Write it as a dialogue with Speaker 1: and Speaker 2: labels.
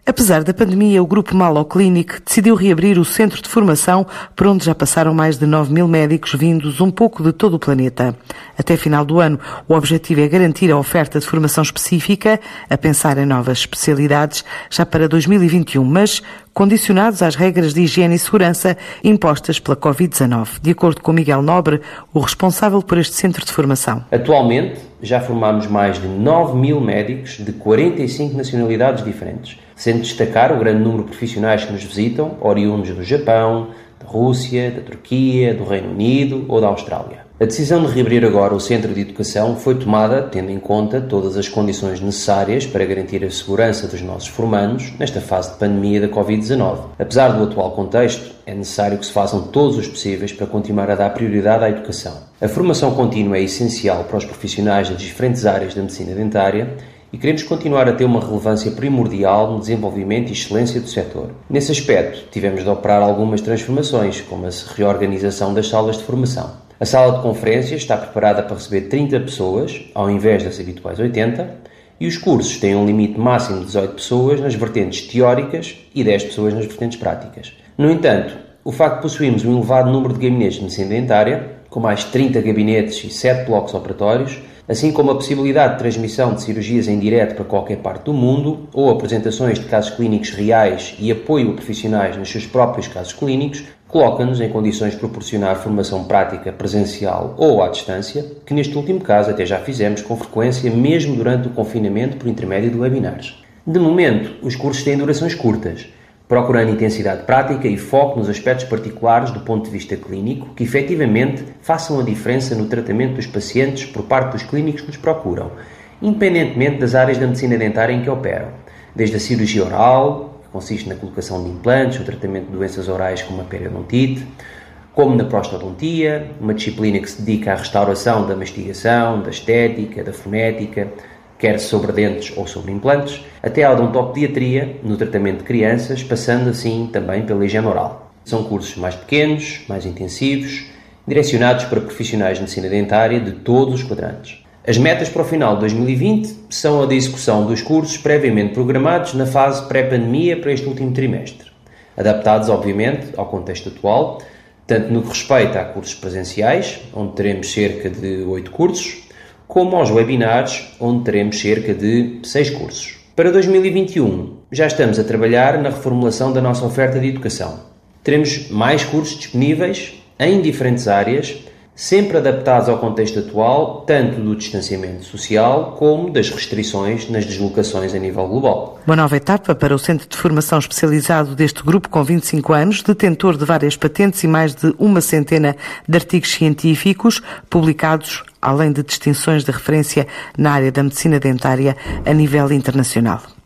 Speaker 1: Apesar da pandemia, o Grupo Malo Clinic decidiu reabrir o centro de formação, por onde já passaram mais de 9.000 médicos vindos um pouco de todo o planeta. Até final do ano, o objetivo é garantir a oferta de formação específica, a pensar em novas especialidades, já para 2021, mas condicionados às regras de higiene e segurança impostas pela Covid-19, de acordo com Miguel Nobre, o responsável por este centro de formação.
Speaker 2: Atualmente, já formamos mais de 9.000 médicos de 45 nacionalidades diferentes, sendo destacar o grande número de profissionais que nos visitam, oriundos do Japão, da Rússia, da Turquia, do Reino Unido ou da Austrália. A decisão de reabrir agora o Centro de Educação foi tomada tendo em conta todas as condições necessárias para garantir a segurança dos nossos formandos nesta fase de pandemia da Covid-19. Apesar do atual contexto, é necessário que se façam todos os possíveis para continuar a dar prioridade à educação. A formação contínua é essencial para os profissionais das diferentes áreas da medicina dentária e queremos continuar a ter uma relevância primordial no desenvolvimento e excelência do setor. Nesse aspecto, tivemos de operar algumas transformações, como a reorganização das salas de formação. A sala de conferências está preparada para receber 30 pessoas, ao invés das habituais 80, e os cursos têm um limite máximo de 18 pessoas nas vertentes teóricas e 10 pessoas nas vertentes práticas. No entanto, o facto de possuirmos um elevado número de gabinetes de medicina dentária, com mais 30 gabinetes e 7 blocos operatórios, assim como a possibilidade de transmissão de cirurgias em direto para qualquer parte do mundo, ou apresentações de casos clínicos reais e apoio a profissionais nos seus próprios casos clínicos, coloca-nos em condições de proporcionar formação prática presencial ou à distância, que neste último caso até já fizemos com frequência mesmo durante o confinamento por intermédio de webinars. De momento, os cursos têm durações curtas, procurando intensidade prática e foco nos aspectos particulares do ponto de vista clínico que efetivamente façam a diferença no tratamento dos pacientes por parte dos clínicos que nos procuram, independentemente das áreas da medicina dentária em que operam, desde a cirurgia oral, que consiste na colocação de implantes, o tratamento de doenças orais como a periodontite, como na prostodontia, uma disciplina que se dedica à restauração da mastigação, da estética, da fonética, quer sobre dentes ou sobre implantes, até à odontopediatria, no tratamento de crianças, passando assim também pela higiene oral. São cursos mais pequenos, mais intensivos, direcionados para profissionais de medicina dentária de todos os quadrantes. As metas para o final de 2020 são a da execução dos cursos previamente programados na fase pré-pandemia para este último trimestre, adaptados, obviamente, ao contexto atual, tanto no que respeita a cursos presenciais, onde teremos cerca de 8 cursos, como aos webinars, onde teremos cerca de 6 cursos. Para 2021, já estamos a trabalhar na reformulação da nossa oferta de educação. Teremos mais cursos disponíveis em diferentes áreas, sempre adaptados ao contexto atual, tanto do distanciamento social como das restrições nas deslocações a nível global.
Speaker 1: Uma nova etapa para o Centro de Formação Especializado deste grupo com 25 anos, detentor de várias patentes e mais de 100 de artigos científicos publicados, além de distinções de referência na área da medicina dentária a nível internacional.